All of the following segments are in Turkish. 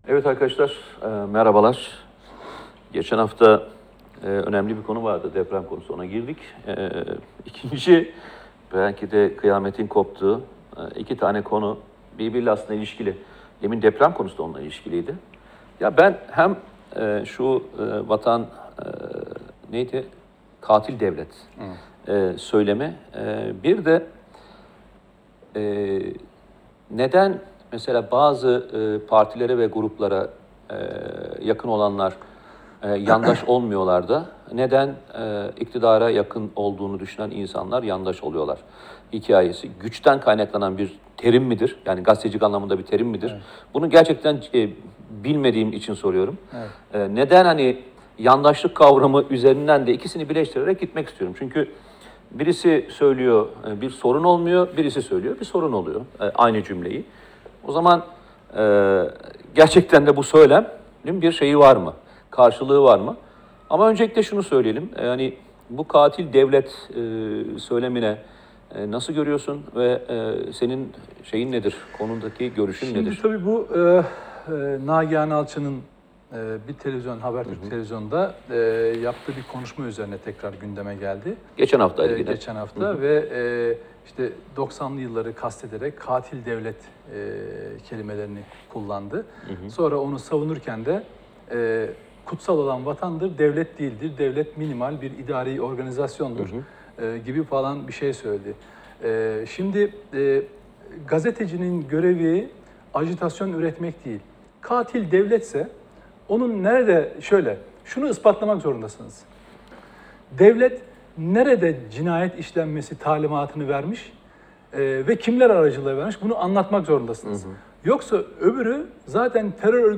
Evet arkadaşlar, merhabalar. Geçen hafta önemli bir konu vardı, deprem konusu, ona girdik. İkinci, belki de kıyametin koptuğu iki tane konu birbiriyle aslında ilişkili. Demin deprem konusu da onunla ilişkiliydi. Ya ben hem şu vatan neydi? Katil devlet söylemi, bir de neden mesela bazı partilere ve gruplara yakın olanlar yandaş olmuyorlar da neden iktidara yakın olduğunu düşünen insanlar yandaş oluyorlar hikayesi. Güçten kaynaklanan bir terim midir? Yani gazetecilik anlamında bir terim midir? Evet. Bunu gerçekten bilmediğim için soruyorum. Evet. Neden hani yandaşlık kavramı üzerinden de ikisini birleştirerek gitmek istiyorum. Çünkü birisi söylüyor bir sorun olmuyor, birisi söylüyor bir sorun oluyor aynı cümleyi. O zaman gerçekten de bu söylemin bir şeyi var mı? Karşılığı var mı? Ama öncelikle şunu söyleyelim. Yani bu katil devlet söylemine nasıl görüyorsun ve senin şeyin nedir? Konudaki görüşün nedir? Şimdi tabii bu Nagihan Alçı'nın bir televizyon, Habertürk televizyonda yaptığı bir konuşma üzerine tekrar gündeme geldi. Geçen haftaydı yine. Geçen hafta ve işte 90'lı yılları kastederek katil devlet kelimelerini kullandı. Sonra onu savunurken de kutsal olan vatandır, devlet değildir. Devlet minimal bir idari organizasyondur gibi falan bir şey söyledi. Şimdi gazetecinin görevi ajitasyon üretmek değil. Katil devletse onun nerede şunu ispatlamak zorundasınız. Devlet nerede cinayet işlenmesi talimatını vermiş ve kimler aracılığıyla vermiş bunu anlatmak zorundasınız. Yoksa öbürü zaten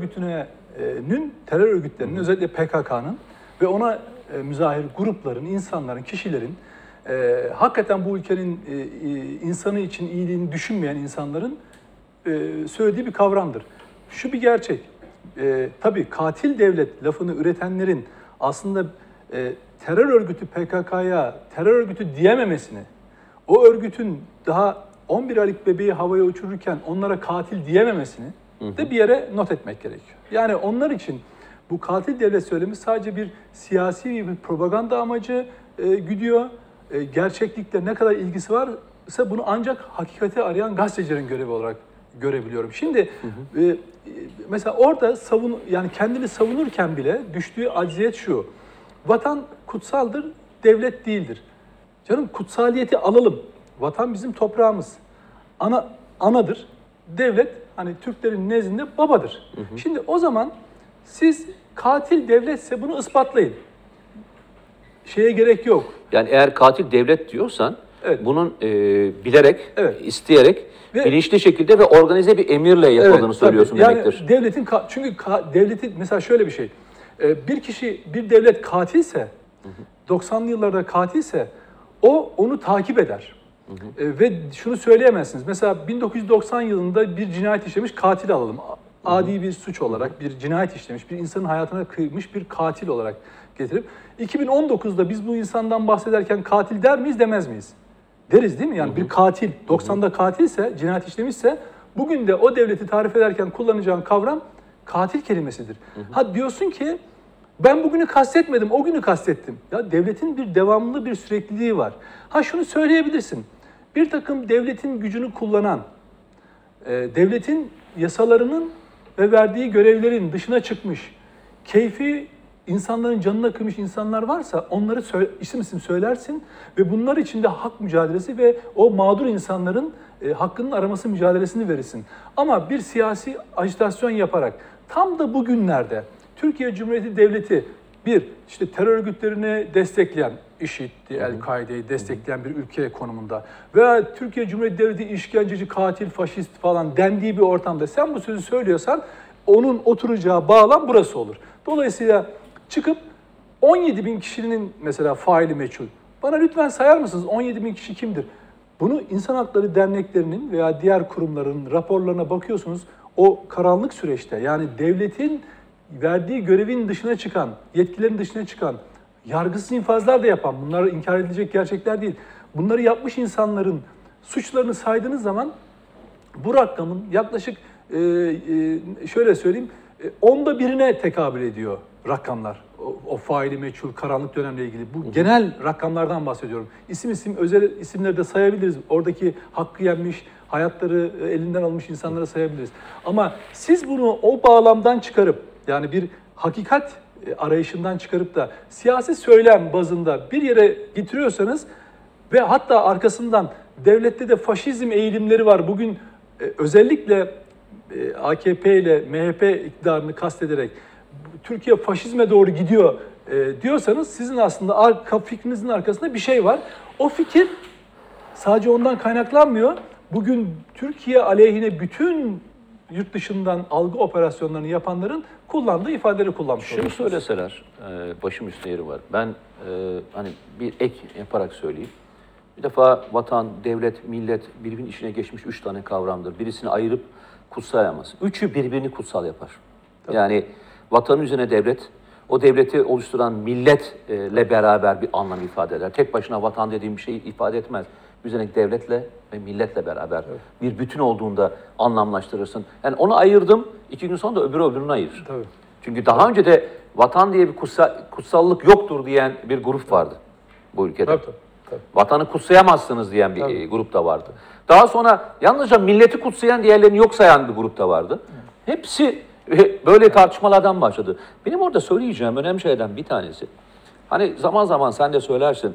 terör örgütlerinin özellikle PKK'nın ve ona müzahir grupların, insanların, kişilerin hakikaten bu ülkenin insanı için iyiliğini düşünmeyen insanların söylediği bir kavramdır. Şu bir gerçek. Tabii katil devlet lafını üretenlerin aslında terör örgütü PKK'ya terör örgütü diyememesini, o örgütün daha 11 aylık bebeği havaya uçururken onlara katil diyememesini de bir yere not etmek gerekiyor. Yani onlar için bu katil devlet söylemi sadece bir siyasi bir propaganda amacı güdüyor. Gerçeklikle ne kadar ilgisi varsa bunu ancak hakikati arayan gazetecilerin görevi olarak görebiliyorum. Şimdi mesela orada yani kendini savunurken bile düştüğü acziyet şu. Vatan kutsaldır, devlet değildir. Canım kutsaliyeti alalım. Vatan bizim toprağımız. Anadır. Devlet hani Türklerin nezdinde babadır. Şimdi o zaman siz katil devletse bunu ispatlayın. Şeye gerek yok. Yani eğer katil devlet diyorsan bunun bilerek, isteyerek, bilinçli şekilde ve organize bir emirle yapıldığını söylüyorsun demektir. Yani devletin çünkü devletin mesela şöyle bir şey. Bir devlet katilse, 90'lı yıllarda katilse onu takip eder. Ve şunu söyleyemezsiniz. Mesela 1990 yılında bir cinayet işlemiş katil alalım. Adi bir suç olarak bir cinayet işlemiş, bir insanın hayatına kıymış bir katil olarak getirip 2019'da biz bu insandan bahsederken katil der miyiz, demez miyiz? Deriz değil mi? Yani bir katil 90'da katilse, cinayet işlemişse bugün de o devleti tarif ederken kullanacağın kavram katil kelimesidir. Ha diyorsun ki ben bugünü kastetmedim, o günü kastettim. Ya devletin bir devamlı bir sürekliliği var. Ha şunu söyleyebilirsin. Bir takım devletin gücünü kullanan, devletin yasalarının ve verdiği görevlerin dışına çıkmış, keyfi insanların canına kıymış insanlar varsa onları isim isim söylersin ve bunlar için de hak mücadelesi ve o mağdur insanların hakkının araması mücadelesini verirsin. Ama bir siyasi ajitasyon yaparak tam da bugünlerde Türkiye Cumhuriyeti Devleti işte terör örgütlerini destekleyen, IŞİD'di, El-Kaide'yi destekleyen bir ülke konumunda veya Türkiye Cumhuriyeti Devleti işkenceci, katil, faşist falan dendiği bir ortamda sen bu sözü söylüyorsan onun oturacağı bağlam burası olur. Dolayısıyla çıkıp 17 bin kişinin mesela faili meçhul. Bana lütfen sayar mısınız 17 bin kişi kimdir? Bunu insan hakları derneklerinin veya diğer kurumların raporlarına bakıyorsunuz. O karanlık süreçte yani devletin verdiği görevin dışına çıkan, yetkilerin dışına çıkan, yargısız infazlar da yapan, bunlar inkar edilecek gerçekler değil. Bunları yapmış insanların suçlarını saydığınız zaman bu rakamın yaklaşık şöyle söyleyeyim onda birine tekabül ediyor rakamlar. O faili meçhul, karanlık dönemle ilgili. Bu genel rakamlardan bahsediyorum. İsim özel isimleri de sayabiliriz. Oradaki hakkı yenmiş, hayatları elinden almış insanlara sayabiliriz. Ama siz bunu o bağlamdan çıkarıp, yani bir hakikat arayışından çıkarıp da siyasi söylem bazında bir yere getiriyorsanız ve hatta arkasından devlette de faşizm eğilimleri var. Bugün özellikle AKP ile MHP iktidarını kastederek Türkiye faşizme doğru gidiyor diyorsanız sizin aslında fikrinizin arkasında bir şey var. O fikir sadece ondan kaynaklanmıyor. Bugün Türkiye aleyhine bütün yurt dışından algı operasyonlarını yapanların kullandığı ifadeleri kullanmış Şunu söyleseler, başım üstüne yeri var. Ben hani bir ek yaparak söyleyeyim. Bir defa vatan, devlet, millet birbirinin içine geçmiş 3 tane kavramdır. Birisini ayırıp kutsayamaz. Üçü birbirini kutsal yapar. Tabii. Yani vatanın üzerine devlet, o devleti oluşturan milletle beraber bir anlam ifade eder. Tek başına vatan dediğim bir şeyi ifade etmez. Üzerindeki devletle ve milletle beraber bir bütün olduğunda anlamlaştırırsın. Yani onu ayırdım, 2 gün sonra da öbürünü ayır. Tabii. Çünkü daha önce de vatan diye bir kutsallık yoktur diyen bir grup vardı bu ülkede. Tabii. Vatanı kutsayamazsınız diyen bir grup da vardı. Daha sonra yalnızca milleti kutsayan, diğerlerini yok sayan bir grup da vardı. Hepsi böyle tartışmalardan başladı. Benim orada söyleyeceğim önemli şeylerden bir tanesi. Hani zaman zaman sen de söylersin,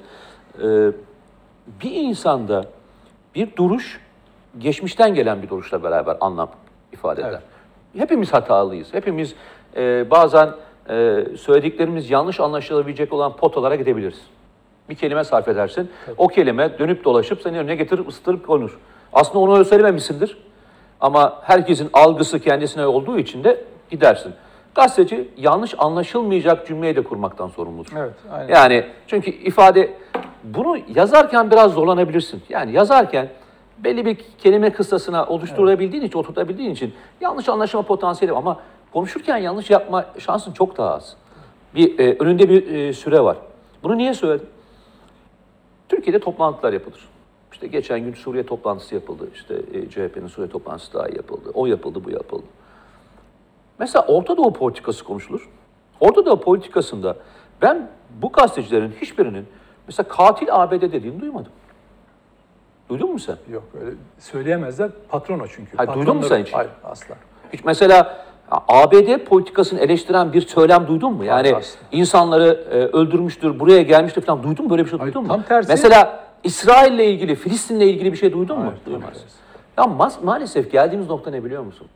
bir insanda bir duruş, geçmişten gelen bir duruşla beraber anlam ifade eder. Evet. Hepimiz hatalıyız. Hepimiz bazen söylediklerimiz yanlış anlaşılabilecek olan potalara gidebiliriz. Bir kelime sarf edersin, o kelime dönüp dolaşıp seni önüne getirip ısıtırıp konur. Aslında onu öyle söylememişsindir. Ama herkesin algısı kendisine olduğu için de gidersin. Gazeteci yanlış anlaşılmayacak cümleyi de kurmaktan sorumludur. Evet, aynen. Yani çünkü ifade, bunu yazarken biraz zorlanabilirsin. Yani yazarken belli bir kelime kıssasına oluşturabildiğin için, oturtabildiğin için yanlış anlaşılma potansiyeli var. Ama konuşurken yanlış yapma şansın çok daha az. Önünde bir süre var. Bunu niye söyledim? Türkiye'de toplantılar yapılır. İşte geçen gün Suriye toplantısı yapıldı. İşte CHP'nin Suriye toplantısı daha yapıldı. O yapıldı, bu yapıldı. Mesela Orta Doğu politikası konuşulur. Orta Doğu politikasında ben bu gazetecilerin hiçbirinin mesela katil ABD dediğini duymadım. Duydun mu sen? Yok, öyle söyleyemezler. Patron o çünkü. Hayır, duydun mu sen hiç? Hayır, asla. Hiç mesela ABD politikasını eleştiren bir söylem duydun mu? Yani insanları öldürmüştür, buraya gelmiştir falan duydun mu? Böyle bir şey duydun mu? Tam tersi. Mesela İsrail'le ilgili, Filistin'le ilgili bir şey duydun mu? Duymazsın. Ya maalesef geldiğimiz nokta ne biliyor musun?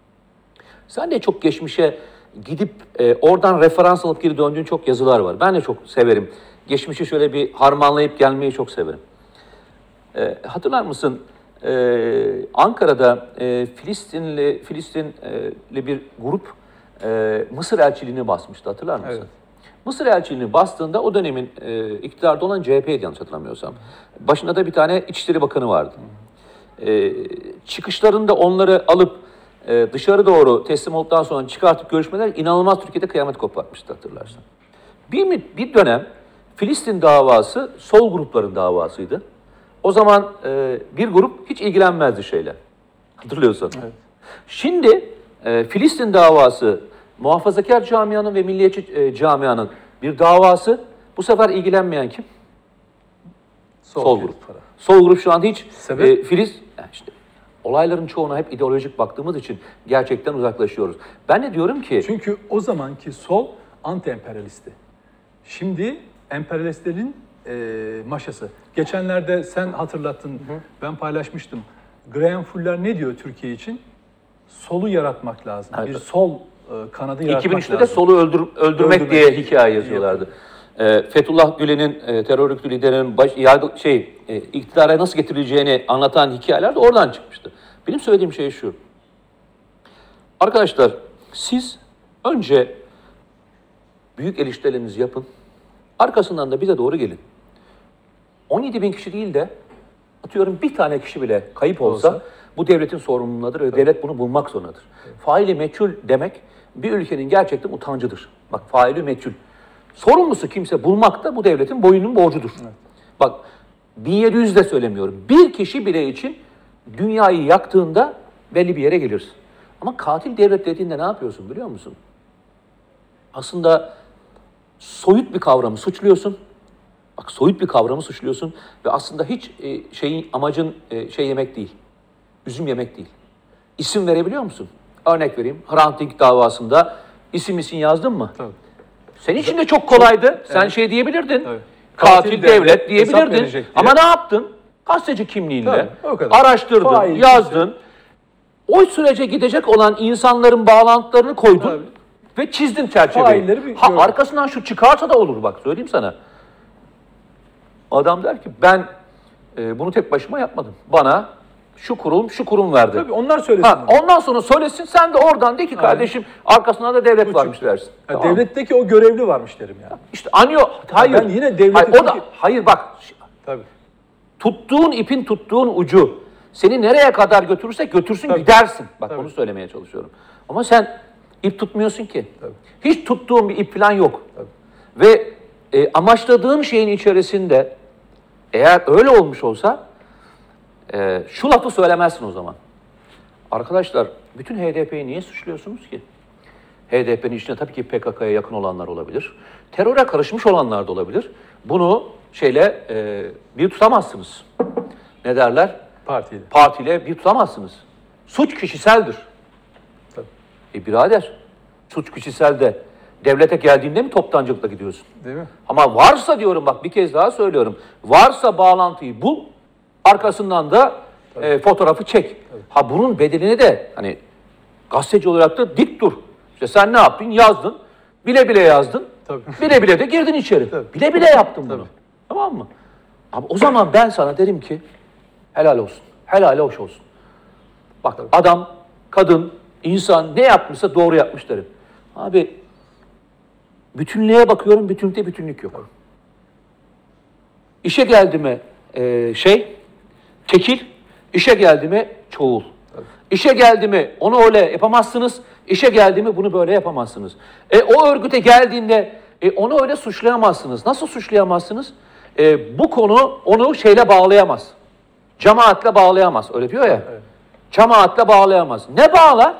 Sen de çok geçmişe gidip oradan referans alıp geri döndüğün çok yazılar var. Ben de çok severim. Geçmişi şöyle bir harmanlayıp gelmeyi çok severim. Hatırlar mısın? Ankara'da Filistinli bir grup Mısır elçiliğini basmıştı, hatırlar mısın? Evet. Mısır elçiliğini bastığında o dönemin iktidarda olan CHP'ydi yanlış hatırlamıyorsam. Başında da bir tane İçişleri Bakanı vardı. Çıkışlarında onları alıp dışarı doğru teslim olduktan sonra çıkartıp görüşmeler inanılmaz Türkiye'de kıyamet kopartmıştı, hatırlarsın. Bir dönem Filistin davası sol grupların davasıydı. O zaman bir grup hiç ilgilenmezdi şeyle. Hatırlıyorsan. Evet. Şimdi Filistin davası muhafazakar camianın ve milliyetçi camianın bir davası. Bu sefer ilgilenmeyen kim? Sol grup. Sol grup şu anda hiç işte olayların çoğuna hep ideolojik baktığımız için gerçekten uzaklaşıyoruz. Ben de diyorum ki... Çünkü o zamanki sol anti-emperyalisti. Şimdi emperyalistlerin maşası. Geçenlerde sen hatırlattın, ben paylaşmıştım. Graham Fuller ne diyor Türkiye için? Solu yaratmak lazım. Evet. Bir sol kanadı yaratmak lazım. 2003'te de solu öldürmek diye hikaye yazıyorlardı. Fethullah Gülen'in, terör örgütü liderinin iktidara nasıl getirileceğini anlatan hikayeler de oradan çıkmıştı. Benim söylediğim şey şu. Arkadaşlar, siz önce büyük eleştirilerinizi yapın. Arkasından da bize doğru gelin. 17.000 kişi değil de atıyorum bir tane kişi bile kayıp olsa bu devletin sorumluluğundadır ve devlet bunu bulmak zorundadır. Faili meçhul demek bir ülkenin gerçekten utancıdır. Bak, faili meçhul. Sorumlusu kimse bulmak da bu devletin boyunun borcudur. Evet. Bak, 1700 de söylemiyorum. Bir kişi bile için dünyayı yaktığında belli bir yere gelirsin. Ama katil devlet dediğinde ne yapıyorsun biliyor musun? Aslında soyut bir kavramı suçluyorsun. Bak soyut bir kavramı suçluyorsun ve aslında hiç amacın şey yemek değil. Üzüm yemek değil. İsim verebiliyor musun? Örnek vereyim. Hrant Dink davasında isim yazdın mı? Tabii. Senin için de çok kolaydı. Sen şey diyebilirdin. Tabii. Katil devlet diyebilirdin. Ama ne yaptın? Gazeteci kimliğinle araştırdın, yazdın. O sürece gidecek olan insanların bağlantılarını koydun. Tabii. Ve çizdin çerçeveyi. Arkasından şu çıkarsa da olur bak söyleyeyim sana. Adam der ki ben bunu tek başıma yapmadım. Bana şu kurum verdi. Tabii onlar söylesin. Ondan sonra söylesin sen de oradan de ki kardeşim arkasından da devlet varmış dersin. Tamam. Devletteki o görevli varmış derim ya. İşte hayır. Ben yine devletteki... Hayır bak. Tabii. Tuttuğun ucu seni nereye kadar götürürse götürsün gidersin. Bak bunu söylemeye çalışıyorum. Ama sen ip tutmuyorsun ki. Tabii. Hiç tuttuğun bir ip falan yok. Tabii. Ve amaçladığın şeyin içerisinde eğer öyle olmuş olsa şu lafı söylemezsin o zaman. Arkadaşlar bütün HDP'yi niye suçluyorsunuz ki? HDP'nin içinde tabii ki PKK'ya yakın olanlar olabilir. Teröre karışmış olanlar da olabilir. Bunu bir tutamazsınız. Ne derler? Partiyle bir tutamazsınız. Suç kişiseldir. Tabii. Birader, suç kişisel de devlete geldiğinde mi toptancılıkla gidiyorsun? Değil mi? Ama varsa diyorum bak bir kez daha söylüyorum. Varsa bağlantıyı bul, arkasından da fotoğrafı çek. Tabii. Bunun bedelini de hani gazeteci olarak da dik dur. İşte sen ne yaptın? Yazdın. Bile bile yazdın. Tabii. Bile bile de girdin içeri. Tabii. Bile bile yaptın bunu. Tamam mı? Abi o zaman ben sana derim ki helal olsun. Helal hoş olsun. Bak adam, kadın, insan ne yapmışsa doğru yapmış derim. Abi bütünlüğe bakıyorum, bütünlükte bütünlük yok. İşe geldi mi tekil, işe geldi mi çoğul. Tabii. İşe geldi mi onu öyle yapamazsınız, işe geldi mi bunu böyle yapamazsınız. O örgüte geldiğinde onu öyle suçlayamazsınız. Nasıl suçlayamazsınız? Bu konu onu şeyle bağlayamaz. Cemaatle bağlayamaz. Öyle diyor ya. Evet. Cemaatle bağlayamaz. Ne bağlar?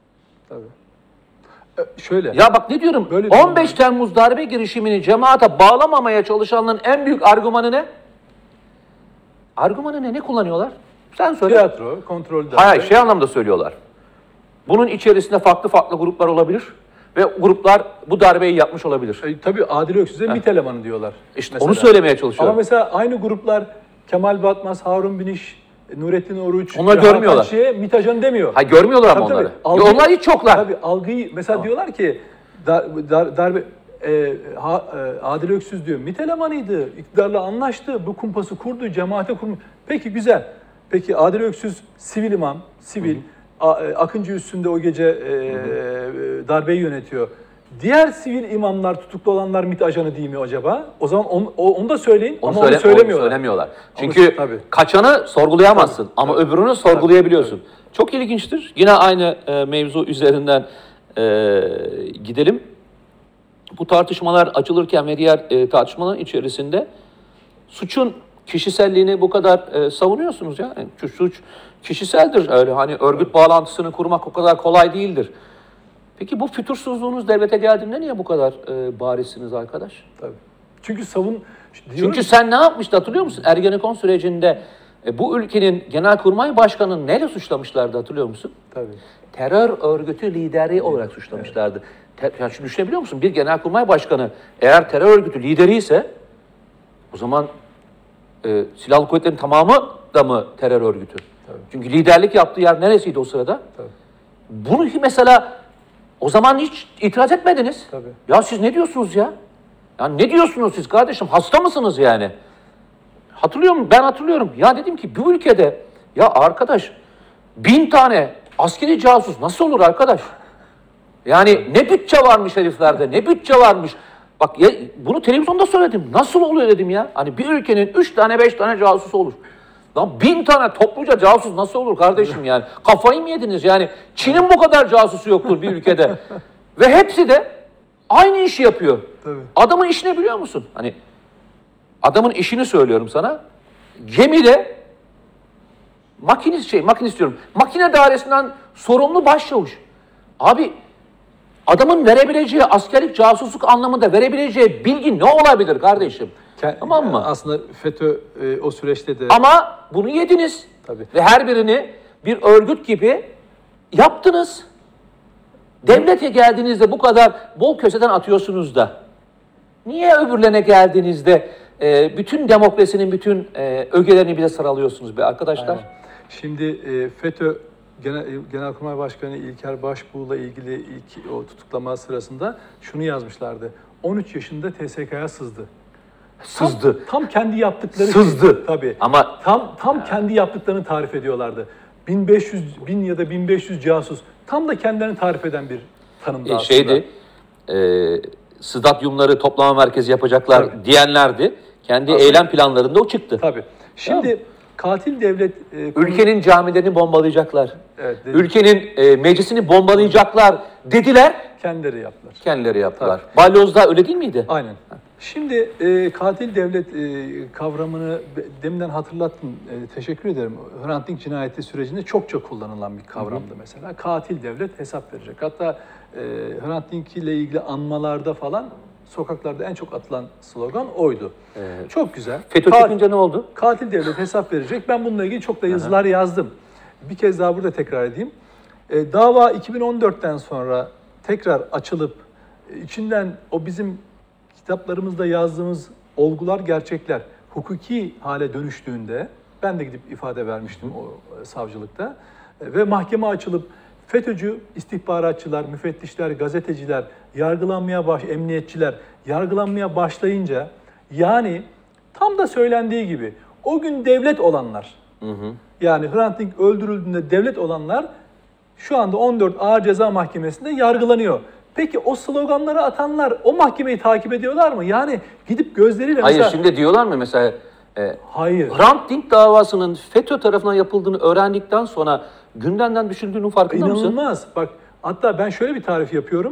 Tabii. Şöyle. Ya bak ne diyorum? Böyle 15 Temmuz darbe girişimini cemaate bağlamamaya çalışanların en büyük argümanı ne? Argümanı ne? Ne kullanıyorlar? Sen söyle. Tiyatro, kontrol darbe. Hayır, anlamda söylüyorlar. Bunun içerisinde farklı gruplar olabilir ve gruplar bu darbeyi yapmış olabilir. Tabii Adil Öksüz'e MİT elemanı diyorlar. İşte mesela. Onu söylemeye çalışıyorum. Ama mesela aynı gruplar Kemal Batmaz, Harun Biniş, Nurettin Oruç, onlar görmüyorlar. MİT ajanı demiyor. Hayır görmüyorlar ama onları. Onlar hiç çoklar. Tabii algıyı mesela diyorlar ki darbe Adil Öksüz diyor MİT elemanıydı, iktidarla anlaştı, bu kumpası kurdu, cemaate kurmuş. Peki güzel. Peki Adil Öksüz sivil imam, Akıncı üstünde o gece darbeyi yönetiyor. Diğer sivil imamlar, tutuklu olanlar MİT ajanı değil mi acaba? O zaman onu da söyleyin onu söylemiyorlar. Çünkü kaçanı sorgulayamazsın ama öbürünü sorgulayabiliyorsun. Tabii. Çok ilginçtir. Yine aynı mevzu üzerinden gidelim. Bu tartışmalar açılırken ve diğer tartışmaların içerisinde suçun kişiselliğini bu kadar savunuyorsunuz ya. Yani suç kişiseldir. Öyle hani örgüt bağlantısını kurmak o kadar kolay değildir. Peki bu fütursuzluğunuz devlete geldiğinde niye bu kadar barizsiniz arkadaş? Tabii. Çünkü sen ne yapmıştı hatırlıyor musun? Ergenekon sürecinde bu ülkenin Genelkurmay Başkanı'nı neyle suçlamışlardı hatırlıyor musun? Tabii. Terör örgütü lideri olarak suçlamışlardı. Yani şunu düşünebiliyor musun? Bir Genelkurmay Başkanı eğer terör örgütü lideri ise o zaman silahlı kuvvetlerin tamamı da mı terör örgütü? Tabii. Çünkü liderlik yaptığı yer neresiydi o sırada? Tabii. Bunu mesela o zaman hiç itiraz etmediniz. Tabii. Ya siz ne diyorsunuz ya? Yani ne diyorsunuz siz kardeşim? Hasta mısınız yani? Hatırlıyor musun? Ben hatırlıyorum. Ya dedim ki bu ülkede ya arkadaş 1000 tane askeri casus nasıl olur arkadaş? Yani ne bütçe varmış heriflerde, ne bütçe varmış. Bak ya, bunu televizyonda söyledim. Nasıl oluyor dedim ya. Hani bir ülkenin 3 tane 5 tane casusu olur. Lan 1000 tane topluca casus nasıl olur kardeşim yani? Kafayı mı yediniz yani? Çin'in bu kadar casusu yoktur bir ülkede. Ve hepsi de aynı işi yapıyor. Tabii. Adamın işini biliyor musun? Hani adamın işini söylüyorum sana. Gemide makinist diyorum. Makine dairesinden sorumlu başçavuş. Abi adamın verebileceği askerlik casusluk anlamında verebileceği bilgi ne olabilir kardeşim? Tamam mı? Aslında FETÖ o süreçte de... Ama bunu yediniz. Tabii. Ve her birini bir örgüt gibi yaptınız. Devlete geldiğinizde bu kadar bol köseden atıyorsunuz da. Niye öbürlerine geldiğinizde bütün demokrasinin bütün ögelerini bize sıralıyorsunuz be arkadaşlar? Aynen. Şimdi FETÖ Genelkurmay Başkanı İlker Başbuğ'la ilgili ilk o tutuklama sırasında şunu yazmışlardı. 13 yaşında TSK'ya sızdı. Sızdı. Tam kendi yaptıkları Sızdı. Şey, tabii. Ama tam kendi yaptıklarını tarif ediyorlardı. 1000 ya da 1500 casus. Tam da kendilerini tarif eden bir tanımdı aslında. Şeydi. Stadyumları toplama merkezi yapacaklar diyenlerdi. Kendi eylem planlarında o çıktı. Tabii. Şimdi katil devlet... Ülkenin camilerini bombalayacaklar. Evet, ülkenin meclisini bombalayacaklar dediler. Kendileri yaptılar. Kendileri yaptılar. Balyoz'da öyle değil miydi? Aynen. Şimdi katil devlet kavramını deminden hatırlattın. Teşekkür ederim. Hrant Dink cinayeti sürecinde çokça kullanılan bir kavramdı mesela. Katil devlet hesap verecek. Hatta Hrant Dink ile ilgili anmalarda falan sokaklarda en çok atılan slogan oydu. Çok güzel. FETÖ çıkınca ne oldu? Katil devlet hesap verecek. Ben bununla ilgili çok da yazılar yazdım. Bir kez daha burada tekrar edeyim. Dava 2014'ten sonra tekrar açılıp içinden o bizim kitaplarımızda yazdığımız olgular, gerçekler hukuki hale dönüştüğünde, ben de gidip ifade vermiştim o savcılıkta ve mahkeme açılıp FETÖ'cü istihbaratçılar, müfettişler, gazeteciler, emniyetçiler yargılanmaya başlayınca, yani tam da söylendiği gibi o gün devlet olanlar, yani Hrant Dink öldürüldüğünde devlet olanlar şu anda 14 Ağır Ceza Mahkemesi'nde yargılanıyor. Peki o sloganları atanlar o mahkemeyi takip ediyorlar mı? Yani gidip gözleriyle Hayır, mesela... şimdi diyorlar mı mesela Hayır. Hrant Dink davasının FETÖ tarafından yapıldığını öğrendikten sonra gündemden düşüldüğünün farkında mısın? İnanılmaz. Bak hatta ben şöyle bir tarif yapıyorum.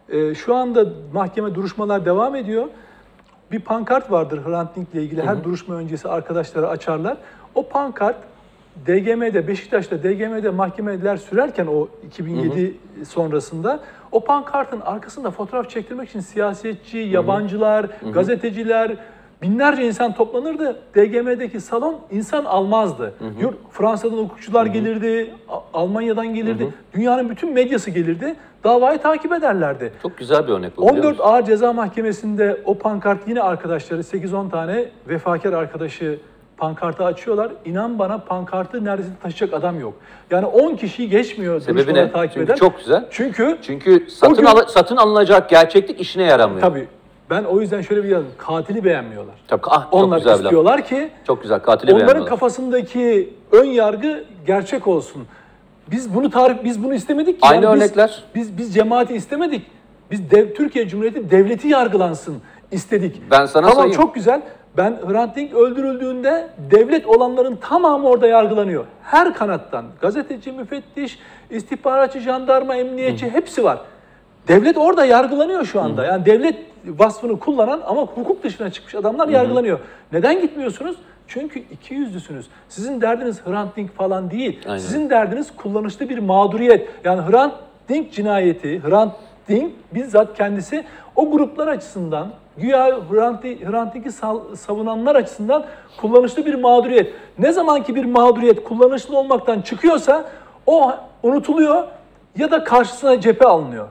Şu anda mahkeme duruşmalar devam ediyor. Bir pankart vardır Hrant Dink'le ilgili. Her duruşma öncesi arkadaşları açarlar. O pankart DGM'de, Beşiktaş'ta DGM'de mahkemeler sürerken o 2007 sonrasında o pankartın arkasında fotoğraf çektirmek için siyasetçi, yabancılar, gazeteciler, binlerce insan toplanırdı. DGM'deki salon insan almazdı. Fransa'dan hukukçular gelirdi, Almanya'dan gelirdi. Dünyanın bütün medyası gelirdi. Davayı takip ederlerdi. Çok güzel bir örnek bu. 14 Ağır Ceza Mahkemesi'nde o pankart yine arkadaşları 8-10 tane vefakar arkadaşı pankartı açıyorlar. İnan bana pankartı neredeyse taşıyacak adam yok. Yani 10 kişi geçmiyor. Sebebi ne? Takip Çünkü eden. çok güzel. Çünkü satın alınacak gerçeklik işine yaramıyor. Tabii. Ben o yüzden şöyle bir yazdım. Katili beğenmiyorlar. Tabii, onlar istiyorlar ki çok güzel, katili beğenmiyorlar. Onların kafasındaki ön yargı gerçek olsun. Biz bunu istemedik ki. Aynı örnekler. Biz cemaati istemedik. Biz Türkiye Cumhuriyeti devleti yargılansın istedik. Ben sana tamam, sayayım. çok güzel. Ben Hrant Dink öldürüldüğünde devlet olanların tamamı orada yargılanıyor. Her kanattan. Gazeteci, müfettiş, istihbaratçı, jandarma, emniyetçi hepsi var. Devlet orada yargılanıyor şu anda. Yani devlet vasfını kullanan ama hukuk dışına çıkmış adamlar yargılanıyor. Neden gitmiyorsunuz? Çünkü ikiyüzlüsünüz. Sizin derdiniz Hrant Dink falan değil. Aynen. Sizin derdiniz kullanışlı bir mağduriyet. Yani Hrant Dink cinayeti, Hrant Dink bizzat kendisi o gruplar açısından, güya Hrant Dink'i savunanlar açısından kullanışlı bir mağduriyet. Ne zamanki bir mağduriyet kullanışlı olmaktan çıkıyorsa o unutuluyor ya da karşısına cephe alınıyor.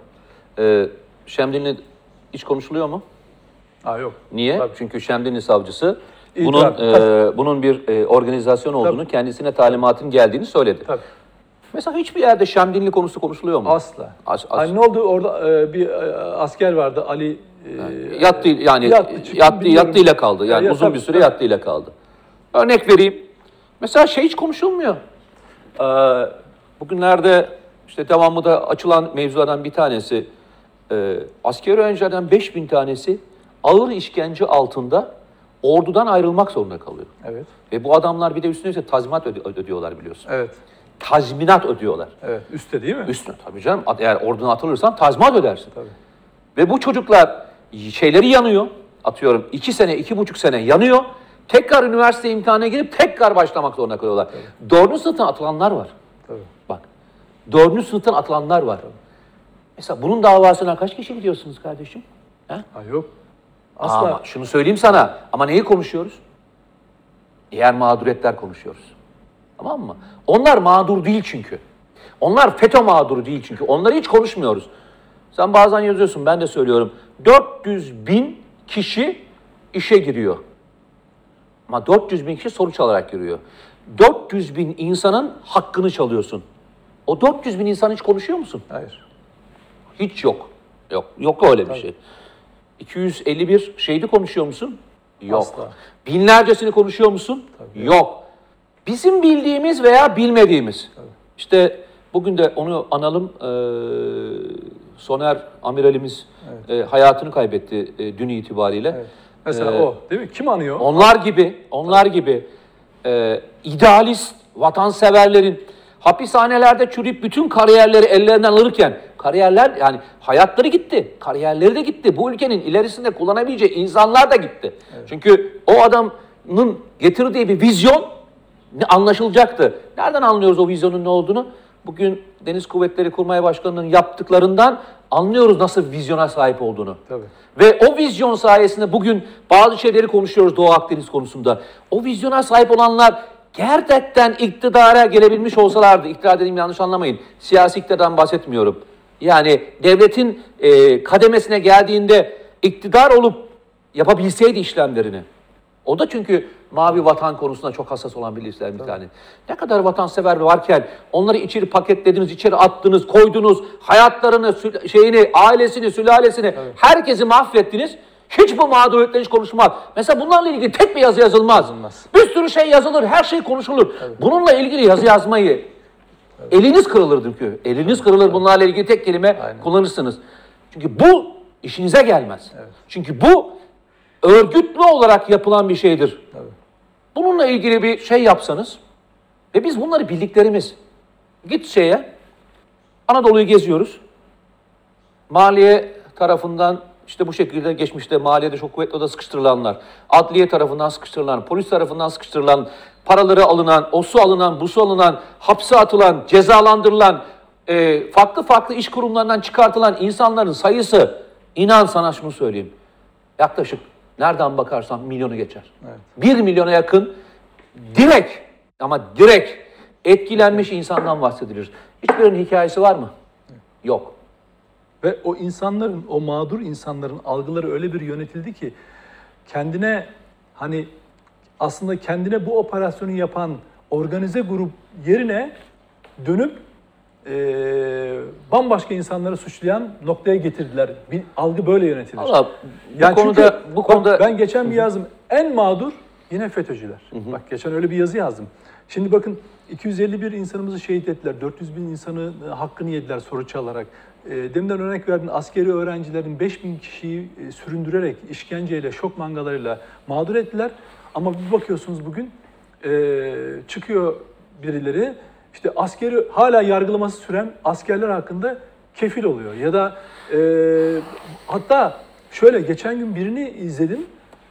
Şemdinli hiç konuşuluyor mu? Yok. Niye? Tabii. Çünkü Şemdinli savcısı İtiraf. bunun bir organizasyon olduğunu, kendisine talimatın geldiğini söyledi. Tabii. Mesela hiçbir yerde Şemdinli konusu konuşuluyor mu? Asla. Ne oldu? Orada bir asker vardı, Ali. Yattığıyla kaldı. Yani uzun bir süre yattığıyla kaldı. Örnek vereyim. Mesela hiç konuşulmuyor. Bugünlerde işte devamlı da açılan mevzulardan bir tanesi, askeri öğrencilerden 5000 tanesi ağır işkence altında ordudan ayrılmak zorunda kalıyor. Evet. Ve bu adamlar bir de üstüne tazminat ödüyorlar biliyorsun. Evet. Tazminat ödüyorlar. Evet. Üstte değil mi? Üstüne tabii canım. Eğer ordudan atılırsan tazminat ödersin. Tabii. Ve bu çocuklar şeyleri yanıyor. Atıyorum 2 sene, 2,5 sene yanıyor. Tekrar üniversite imtihanına girip tekrar başlamak zorunda kalıyorlar. Tabii. 4. sınıftan atılanlar var. Tabii. Bak. 4. sınıftan atılanlar var. Mesela bunun davasına kaç kişi gidiyorsunuz kardeşim? Ha, yok. Asla. Ama şunu söyleyeyim sana. Ama neyi konuşuyoruz? Diğer mağduriyetler konuşuyoruz. Tamam mı? Onlar mağdur değil çünkü. Onlar FETÖ mağduru değil çünkü. Onları hiç konuşmuyoruz. Sen bazen yazıyorsun, ben de söylüyorum. 400.000 kişi işe giriyor. Ama 400.000 kişi sonuç alarak giriyor. 400.000 insanın hakkını çalıyorsun. O 400.000 insan hiç konuşuyor musun? Hayır. Hiç yok. Yok öyle bir şey. 251 şeydi konuşuyor musun? Yok. Asla. Binlercesini konuşuyor musun? Tabii. Yok. Bizim bildiğimiz veya bilmediğimiz. Tabii. İşte bugün de onu analım. Soner amiralimiz hayatını kaybetti dün itibariyle. Evet. Mesela o, değil mi? Kim anıyor? Onlar gibi idealist vatanseverlerin hapishanelerde çürüyüp bütün kariyerleri ellerinden alırken, kariyerler yani hayatları gitti, kariyerleri de gitti. Bu ülkenin ilerisinde kullanabileceği insanlar da gitti. Evet. Çünkü o adamın getirdiği bir vizyon anlaşılacaktı. Nereden anlıyoruz o vizyonun ne olduğunu? Bugün Deniz Kuvvetleri Kurmay Başkanı'nın yaptıklarından anlıyoruz nasıl vizyona sahip olduğunu. Tabii. Ve o vizyon sayesinde bugün bazı şeyleri konuşuyoruz Doğu Akdeniz konusunda. O vizyona sahip olanlar gerçekten iktidara gelebilmiş olsalardı, iktidar dediğim yanlış anlamayın, siyasi iktidardan bahsetmiyorum. Yani devletin kademesine geldiğinde iktidar olup yapabilseydi işlemlerini. O da çünkü mavi vatan konusunda çok hassas olan birisi bir tane. Ne kadar vatansever varken onları içeri paketlediniz, içeri attınız, koydunuz, hayatlarını, ailesini, sülalesini, herkesi mahvettiniz. Hiç bu mağduriyetten hiç konuşmaz. Mesela bunlarla ilgili tek bir yazı yazılmaz. Bir sürü şey yazılır, her şey konuşulur. Bununla ilgili yazı yazmayı, eliniz kırılır çünkü. Eliniz kırılır bunlarla ilgili tek kelime kullanırsınız. Çünkü bu işinize gelmez. Çünkü bu örgütlü olarak yapılan bir şeydir. Bununla ilgili bir şey yapsanız ve biz bunları bildiklerimiz, git Anadolu'yu geziyoruz. Maliye tarafından işte bu şekilde geçmişte maliyede çok kuvvetli da sıkıştırılanlar, adliye tarafından sıkıştırılan, polis tarafından sıkıştırılan, paraları alınan, o su alınan, bu su alınan, hapse atılan, cezalandırılan, farklı iş kurumlarından çıkartılan insanların sayısı, inan sana şunu söyleyeyim, yaklaşık nereden bakarsan milyonu geçer. Evet. 1 milyona yakın direkt etkilenmiş insandan bahsedilir. Hiçbirinin hikayesi var mı? Yok. Ve o insanların, o mağdur insanların algıları öyle bir yönetildi ki aslında kendine bu operasyonu yapan organize grup yerine dönüp bambaşka insanları suçlayan noktaya getirdiler. Bir algı böyle yönetilir. Allah, bu konuda ben geçen bir yazdım. En mağdur yine FETÖ'cüler. Bak geçen öyle bir yazı yazdım. Şimdi bakın 251 insanımızı şehit ettiler. 400.000 insanı hakkını yediler soru çalarak. Deminden örnek verdin, askeri öğrencilerin 5.000 kişiyi süründürerek, işkenceyle, şok mangalarıyla mağdur ettiler. Ama bir bakıyorsunuz bugün çıkıyor birileri, işte askeri hala yargılaması süren askerler hakkında kefil oluyor. Ya da hatta şöyle geçen gün birini izledim,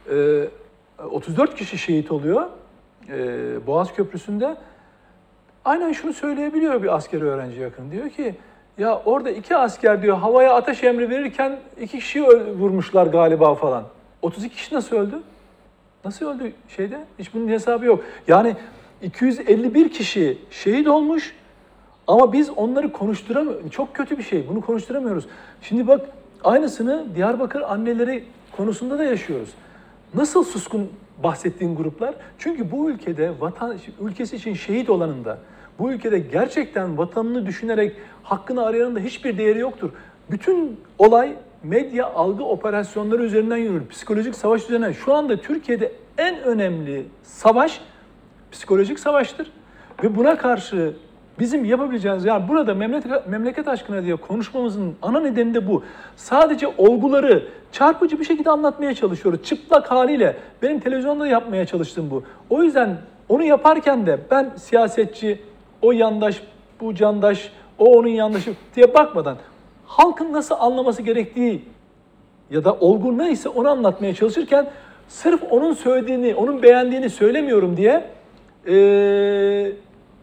34 kişi şehit oluyor Boğaz Köprüsü'nde. Aynen şunu söyleyebiliyor bir askeri öğrenci yakın. Diyor ki, ya orada 2 asker diyor havaya ateş emri verirken 2 kişiyi vurmuşlar galiba falan. 32 kişi nasıl öldü? Nasıl öldü şeyde? Hiç bunun hesabı yok. Yani 251 kişi şehit olmuş ama biz onları konuşturamıyoruz. Çok kötü bir şey. Bunu konuşturamıyoruz. Şimdi bak aynısını Diyarbakır anneleri konusunda da yaşıyoruz. Nasıl suskun bahsettiğin gruplar? Çünkü bu ülkede ülkesi için şehit olanın da, bu ülkede gerçekten vatanını düşünerek hakkını arayanın da hiçbir değeri yoktur. Bütün olay medya algı operasyonları üzerinden yürür. Psikolojik savaş üzerinden. Şu anda Türkiye'de en önemli savaş psikolojik savaştır. Ve buna karşı bizim yapabileceğimiz, yani burada memleket aşkına diye konuşmamızın ana nedeni de bu. Sadece olguları çarpıcı bir şekilde anlatmaya çalışıyoruz. Çıplak haliyle. Benim televizyonda yapmaya çalıştığım bu. O yüzden onu yaparken de ben siyasetçi, o yandaş, bu candaş, o onun yandaşı diye bakmadan halkın nasıl anlaması gerektiği ya da olgu neyse onu anlatmaya çalışırken sırf onun söylediğini, onun beğendiğini söylemiyorum diye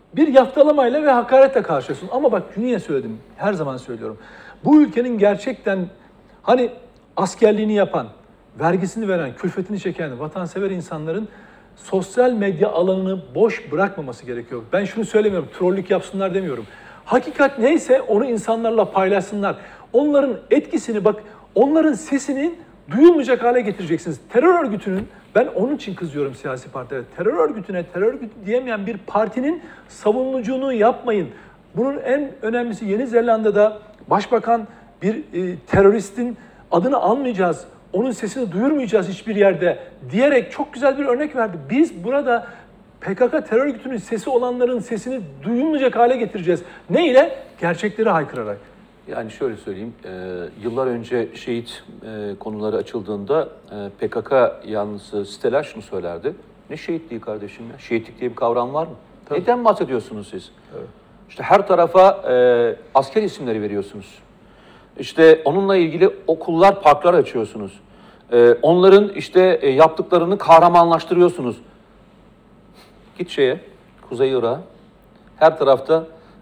bir yaftalamayla ve hakaretle karşılıyorsun. Ama bak şunu yine söyledim, her zaman söylüyorum. Bu ülkenin gerçekten hani askerliğini yapan, vergisini veren, külfetini çeken, vatansever insanların sosyal medya alanını boş bırakmaması gerekiyor. Ben şunu söylemiyorum, trollük yapsınlar demiyorum. Hakikat neyse onu insanlarla paylaşsınlar. Onların etkisini, bak onların sesini duyulmayacak hale getireceksiniz. Terör örgütünün, ben onun için kızıyorum siyasi partilere, terör örgütüne terör örgütü diyemeyen bir partinin savunuculuğunu yapmayın. Bunun en önemlisi Yeni Zelanda'da başbakan bir teröristin adını almayacağız, onun sesini duyurmayacağız hiçbir yerde diyerek çok güzel bir örnek verdi. Biz burada PKK terör örgütünün sesi olanların sesini duyulmayacak hale getireceğiz. Ne ile? Gerçekleri haykırarak. Yani şöyle söyleyeyim, yıllar önce şehit konuları açıldığında PKK yanlısı siteler şunu söylerdi. Ne şehitliği kardeşim ya? Şehitlik diye bir kavram var mı? Tabii. Neden bahsediyorsunuz siz? Evet. İşte her tarafa asker isimleri veriyorsunuz. İşte onunla ilgili okullar, parklar açıyorsunuz. Onların işte yaptıklarını kahramanlaştırıyorsunuz. Git Kuzey Irak'a, her tarafta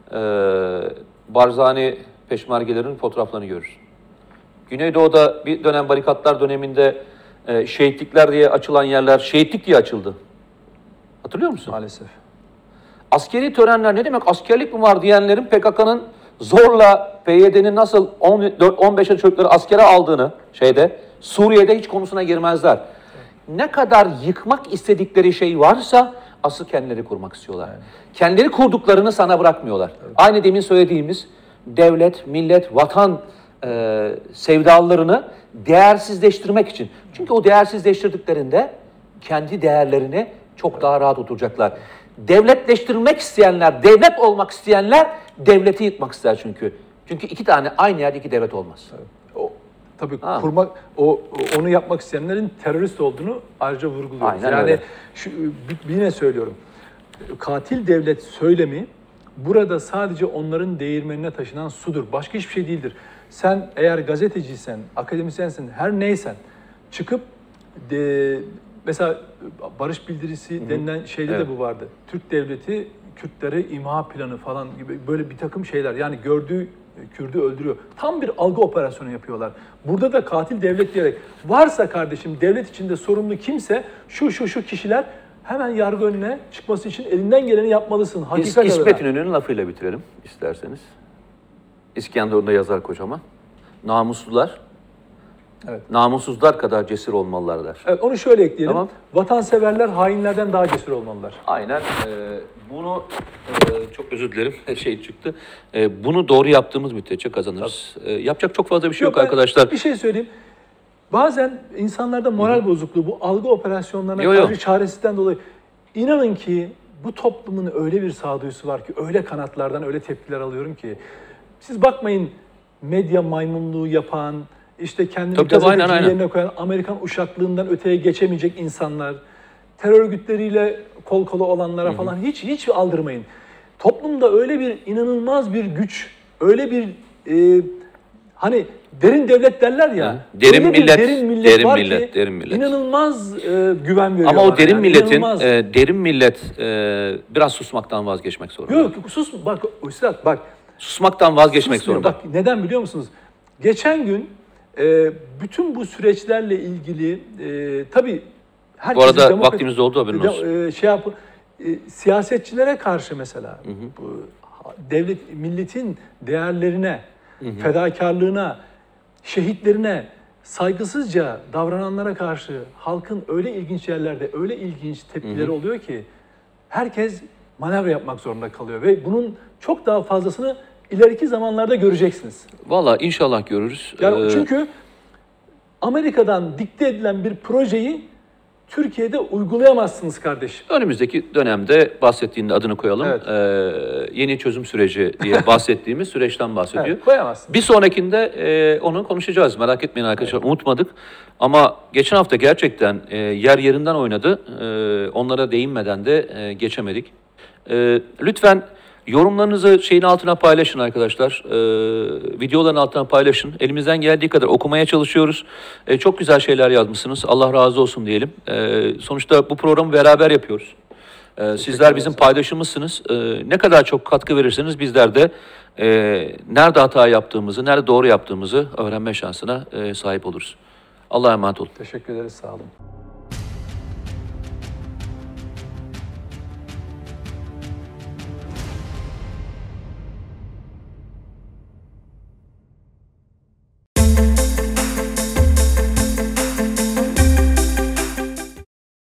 Barzani peşmergelerin fotoğraflarını görürsün. Güneydoğu'da bir dönem barikatlar döneminde şehitlikler diye açılan yerler şehitlik diye açıldı. Hatırlıyor musun? Maalesef. Askeri törenler ne demek, askerlik mi var diyenlerin PKK'nın zorla PYD'nin nasıl 14-15'e çocukları askere aldığını Suriye'de hiç konusuna girmezler. Ne kadar yıkmak istedikleri şey varsa asıl kendileri kurmak istiyorlar. Yani. Kendileri kurduklarını sana bırakmıyorlar. Evet. Aynı demin söylediğimiz devlet, millet, vatan sevdalarını değersizleştirmek için. Çünkü o değersizleştirdiklerinde kendi değerlerini çok daha rahat oturacaklar. Devletleştirmek isteyenler, devlet olmak isteyenler devleti yıkmak ister çünkü. Çünkü iki tane aynı yerde iki devlet olmaz. Tabii onu yapmak isteyenlerin terörist olduğunu ayrıca vurguluyoruz. Aynen öyle. Yine söylüyorum. Katil devlet söylemi burada sadece onların değirmenine taşınan sudur. Başka hiçbir şey değildir. Sen eğer gazeteciysen, akademisyensin, her neysen çıkıp mesela barış bildirisi denilen şeyde de bu vardı. Türk devleti Kürtlere imha planı falan gibi böyle bir takım şeyler. Yani gördüğü Kürdü öldürüyor. Tam bir algı operasyonu yapıyorlar. Burada da katil devlet diyerek varsa kardeşim devlet içinde sorumlu kimse şu kişiler hemen yargı önüne çıkması için elinden geleni yapmalısın. İsmet İnönü'nün lafıyla bitirelim isterseniz. İskenderun'da yazar kocaman. Namuslular, namussuzlar kadar cesur olmalılar der. Evet, onu şöyle ekleyelim. Tamam. Vatanseverler hainlerden daha cesur olmalılar. Aynen. Bunu çok özür dilerim çıktı. Bunu doğru yaptığımız müddetçe kazanırız. Yapacak çok fazla bir şey yok arkadaşlar. Bir şey söyleyeyim. Bazen insanlarda moral bozukluğu, bu algı operasyonlarına karşı çaresizlikten dolayı inanın ki bu toplumun öyle bir sağduyusu var ki, öyle kanatlardan öyle tepkiler alıyorum ki. Siz bakmayın medya maymunluğu yapan, işte kendini gazeteci yerine koyan, Amerikan uşaklığından öteye geçemeyecek insanlar, terör örgütleriyle kol kola olanlara falan hiç aldırmayın. Toplumda öyle bir inanılmaz bir güç, öyle bir hani derin devlet derler ya. Derin millet inanılmaz güven veriyor. Ama o derin milletin derin millet biraz susmaktan vazgeçmek zorunda. Yok bak Üstad bak. Susmaktan vazgeçmek zorunda. Bak neden biliyor musunuz? Geçen gün bütün bu süreçlerle ilgili tabii bu arada vaktimiz oldu haberin olsun. Siyasetçilere karşı mesela bu devlet milletin değerlerine, fedakarlığına, şehitlerine saygısızca davrananlara karşı halkın öyle ilginç yerlerde öyle ilginç tepkileri oluyor ki herkes manevra yapmak zorunda kalıyor ve bunun çok daha fazlasını ileriki zamanlarda göreceksiniz. Vallahi inşallah görürüz. Yani çünkü Amerika'dan dikte edilen bir projeyi Türkiye'de uygulayamazsınız kardeşim. Önümüzdeki dönemde bahsettiğinde adını koyalım. Evet. Yeni çözüm süreci diye bahsettiğimiz süreçten bahsediyor. Evet, koyamazsınız. Bir sonrakinde onu konuşacağız. Merak etmeyin arkadaşlar. Evet. Unutmadık. Ama geçen hafta gerçekten yer yerinden oynadı. Onlara değinmeden de geçemedik. Lütfen yorumlarınızı şeyin altına paylaşın arkadaşlar. Videoların altına paylaşın. Elimizden geldiği kadar okumaya çalışıyoruz. Çok güzel şeyler yazmışsınız. Allah razı olsun diyelim. Sonuçta bu programı beraber yapıyoruz. Sizler bizim paydaşımızsınız. Ne kadar çok katkı verirseniz bizler de nerede hata yaptığımızı, nerede doğru yaptığımızı öğrenme şansına sahip oluruz. Allah'a emanet olun. Teşekkür ederiz, sağ olun.